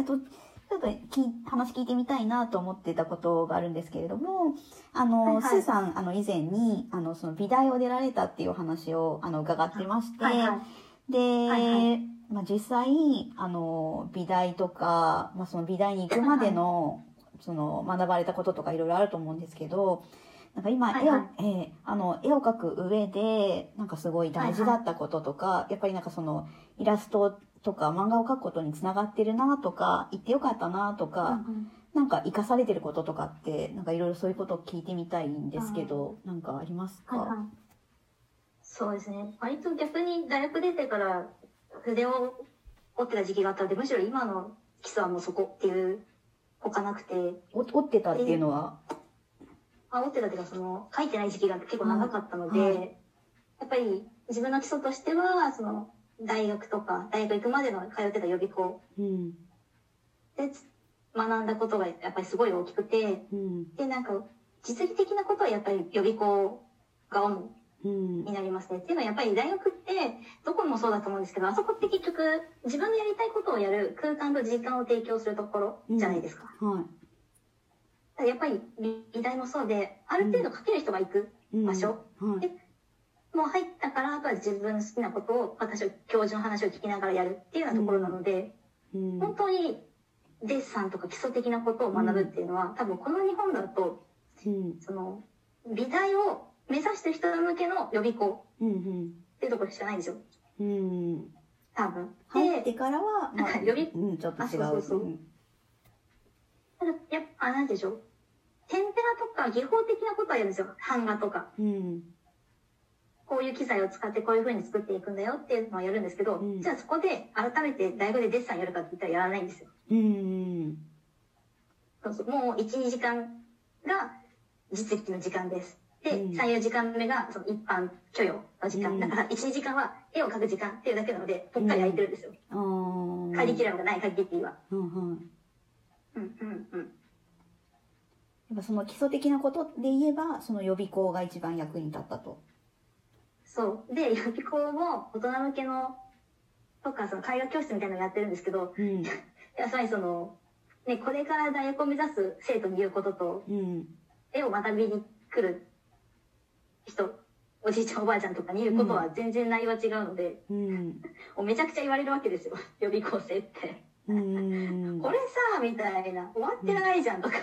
ちょっと話聞いてみたいなと思ってたことがあるんですけれども、スーさん、以前に、その美大を出られたっていうお話を、伺ってまして、で、実際、美大とか、その美大に行くまでの、その、学ばれたこととかいろいろあると思うんですけど、なんか今、絵を描く上で、なんかすごい大事だったこととか、やっぱりなんかその、イラストとか漫画を描くことにつながってるなとか、行ってよかったなとか、なんか活かされてることとかって、なんかいろいろそういうことを聞いてみたいんですけど、なんかありますか？ そうですね。割と逆に大学出てから筆を折ってた時期があったので、むしろ今の基礎はもうそこっていう他なくて。 折ってたっていうのは？ 折ってたっていうか、その、書いてない時期が結構長かったので、やっぱり自分の基礎としては、その、大学とか、大学行くまでの通ってた予備校で学んだことがやっぱりすごい大きくて、で、なんか、実技的なことはやっぱり予備校が主になりますね。っていうのはやっぱり大学って、どこもそうだと思うんですけど、あそこって結局、自分のやりたいことをやる空間と時間を提供するところじゃないですか。やっぱり美大もそうで、ある程度書ける人が行く場所。でもう入ったから、あとは自分の好きなことを、教授の話を聞きながらやるっていうようなところなので、本当にデッサンとか基礎的なことを学ぶっていうのは、多分この日本だと、その、美大を目指してる人向けの予備校っていうところしかないんですよ。多分。 入ってからは、 予備、 ちょっと違う。 ただ、やっぱ、なんでしょう。テンペラとか技法的なことはやるんですよ。版画とか。こういう機材を使ってこういう風に作っていくんだよっていうのはやるんですけど、じゃあそこで改めて大学でデッサンやるかって言ったらやらないんですよ。そうそう。もう1、2時間が実技の時間です。で、3、4時間目がその一般許容の時間。だから1、2時間は絵を描く時間っていうだけなので、ぽっかり空いてるんですよ。カリキュラムがない限りは。 やっぱその基礎的なことで言えば、その予備校が一番役に立ったと。 そう。で、予備校も大人向けの、とか、その絵画教室みたいなのやってるんですけど、やっぱりその、ね、これから大学を目指す生徒に言うことと、絵を学びに来る人、おじいちゃんおばあちゃんとかに言うことは全然内容は違うので、もうめちゃくちゃ言われるわけですよ、予備校生って。これさ、みたいな、終わってないじゃんとか。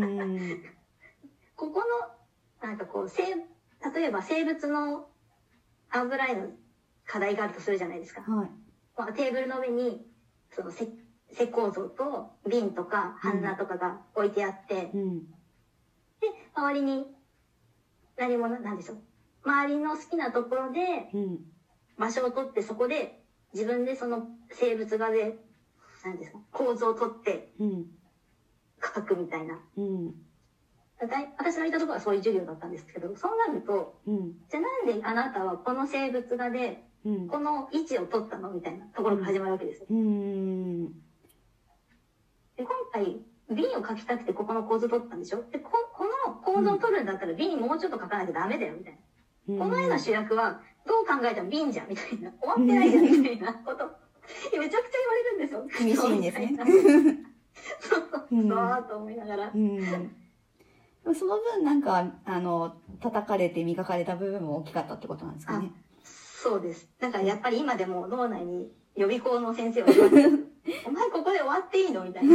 ここの、なんかこう、例えば生物の油絵の課題があるとするじゃないですか。テーブルの上に、その石膏像と瓶とか花とかが置いてあって、で、周りに何もなんでしょう。周りの好きなところで、場所を取ってそこで自分でその生物画で、なんですか、構造を取って描くみたいな。私のいたところはそういう授業だったんですけど、そうなると、じゃあなんであなたはこの生物画で、この位置を取ったのみたいなところが始まるわけですよ。で今回、瓶を描きたくてここの構図取ったんでしょ。で、この構造を取るんだったら瓶もうちょっと描かないとダメだよ、みたいな。この絵の主役はどう考えても瓶じゃん、みたいな。終わってないじゃん、みたいなこと。めちゃくちゃ言われるんですよ。 厳しいんですね。 そうと思いながら。 その分なんか、叩かれて磨かれた部分も大きかったってことなんですかね。 そうです。だからやっぱり今でも脳内に予備校の先生は言われる。お前ここで終わっていいのみたいな。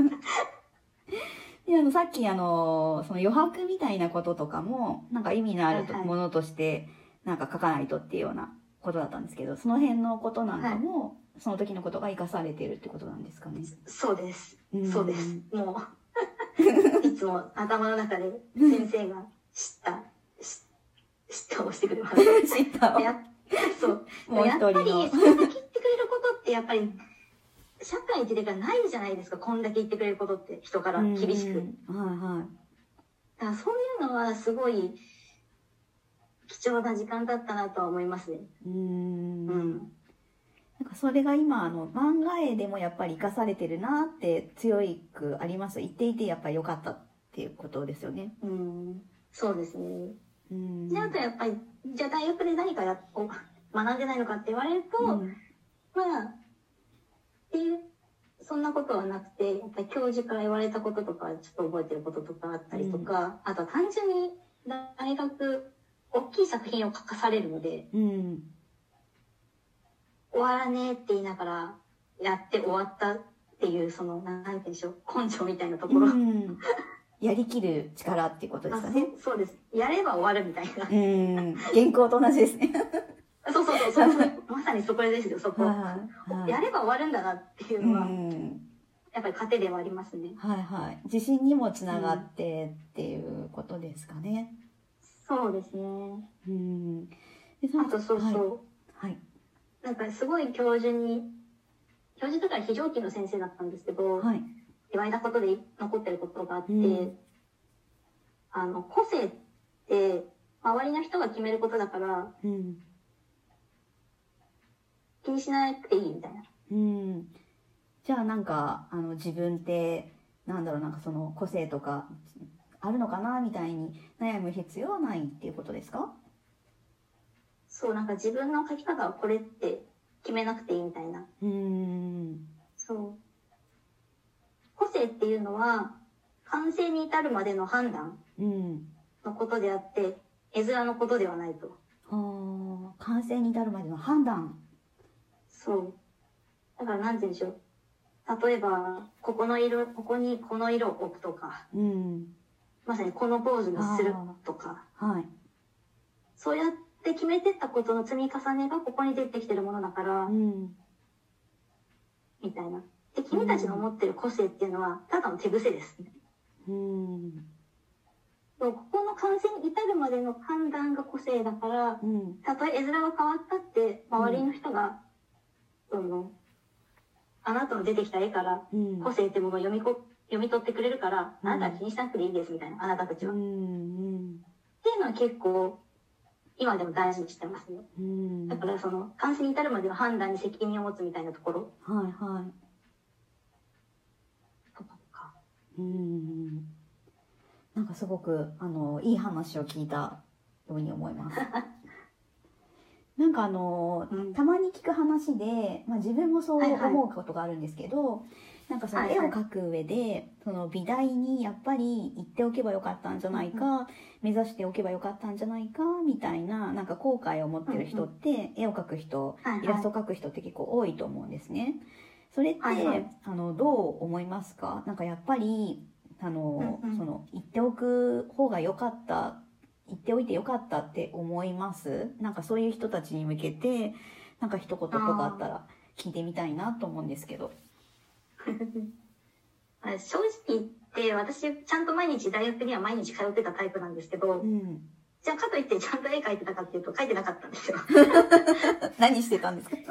で、さっきその余白みたいなこととかも、なんか意味のあるものとして、なんか書かないとっていうようなことだったんですけど、その辺のことなんかも、その時のことが活かされているってことなんですかね。 そうです。そうです。もう、いつも頭の中で先生が知ったをしてくれます。 知ったを。 そう。もうやっぱり、それだけ言ってくれることってやっぱり、社会ってだからないじゃないですか。こんだけ言ってくれることって人から厳しく。だからそういうのはすごい貴重な時間だったなとは思いますね。 なんかそれが今漫画絵でもやっぱり活かされてるなって強くあります。言っていてやっぱり良かったっていうことですよね。 そうですね。で、あとやっぱり、じゃあ大学で何か学んでないのかって言われると、まあ、っていう、 そんなことはなくて、やっぱり教授から言われたこととか、ちょっと覚えてることとかあったりとか、あとは単純に大学、大きい作品を書かされるので、終わらねえって言いながらやって終わったっていう、その、なんて言うんでしょう、根性みたいなところ。 やりきる力っていうことですかね。 そうです。やれば終わるみたいな。 原稿と同じですね。 そう。まさにそこですよ、そこ。やれば終わるんだなっていうのは、やっぱり糧ではありますね。 自信にもつながってっていうことですかね。 そうですね。あとなんかすごい教授とか非常勤の先生だったんですけど、言われたことで残ってることがあって、個性って周りの人が決めることだから、気にしなくていいみたいな。 じゃあなんか自分ってなんだろう、なんかその個性とかあるのかなみたいに悩む必要はないっていうことですか？ そう、なんか自分の書き方はこれって決めなくていいみたいな。そう。個性っていうのは完成に至るまでの判断のことであって、絵面のことではないと。 完成に至るまでの判断。 そう。だからなんて言うんでしょう。例えば、ここにこの色を置くとか、まさにこのポーズにするとか、そうやって決めてったことの積み重ねがここに出てきてるものだから、みたいな。で、君たちの持ってる個性っていうのは、ただの手癖です。ここの完成に至るまでの判断が個性だから、たとえ絵面が変わったって、周りの人が、あなたの出てきた絵から個性ってものを読み取ってくれるから、あなたは気にしなくていいですみたいな、あなたたちは。っていうのは結構、今でも大事にしてますね。だからその、完成に至るまでの判断に責任を持つみたいなところ。 なんかすごくいい話を聞いたように思います。なんかたまに聞く話で、自分もそう思うことがあるんですけど、なんかその絵を描く上で、その美大にやっぱり行っておけばよかったんじゃないか、目指しておけばよかったんじゃないかみたいな、なんか後悔を持ってる人って、絵を描く人、イラストを描く人って結構多いと思うんですね。それって、どう思いますか？なんかやっぱりその言っておく方が良かった、言っておいて良かったって思います？なんかそういう人たちに向けてなんか一言とかあったら聞いてみたいなと思うんですけど。 正直言って私ちゃんと毎日大学には毎日通ってたタイプなんですけど、じゃあかといってちゃんと絵描いてたかっていうと描いてなかったんですよ。 何してたんですか？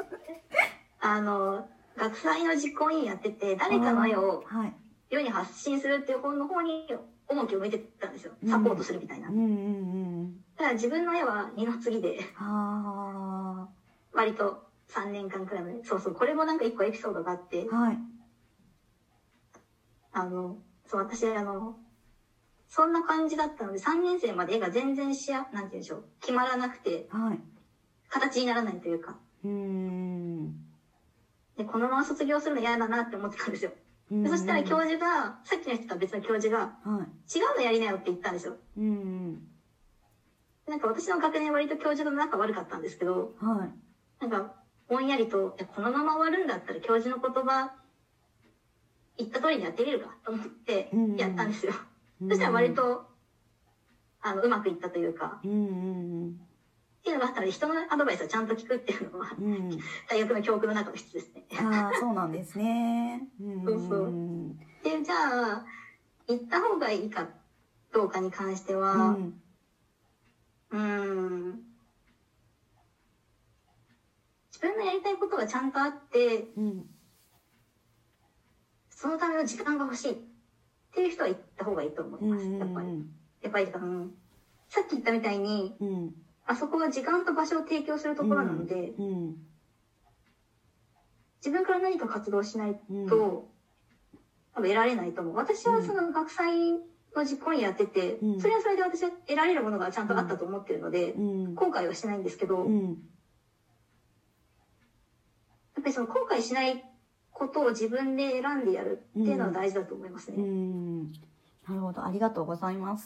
学祭の実行委員やってて、誰かの絵を世に発信するっていう方に重きを向いてたんですよ。サポートするみたいな。だから自分の絵は二の次で、割と3年間くらいまで、これもなんか一個エピソードがあって、私そんな感じだったので、3年生まで絵が全然なんて言うんでしょう、決まらなくて、形にならないというか。で、このまま卒業するの嫌だなって思ってたんですよ。そしたら教授が、さっきの人とは別の教授が、違うのやりなよって言ったんですよ。なんか私の学年割と教授と仲悪かったんですけど、なんかぼんやりと、このまま終わるんだったら教授の言葉、言った通りにやってみるかと思ってやったんですよ。そしたら割と、うまくいったというか、っていうのがあったので、人のアドバイスをちゃんと聞くっていうのは、大学の教訓の中の質ですね。 そうなんですね。 で、じゃあ、行った方がいいかどうかに関しては、自分のやりたいことがちゃんとあって、そのための時間が欲しいっていう人は行った方がいいと思います。やっぱり、さっき言ったみたいに、あそこは時間と場所を提供するところなので、自分から何か活動しないと、多分得られないと思う。私はその学祭の実行委員やってて、それはそれで私は得られるものがちゃんとあったと思ってるので、後悔はしてないんですけど、やっぱりその後悔しないことを自分で選んでやるっていうのは大事だと思いますね。 なるほど。ありがとうございます。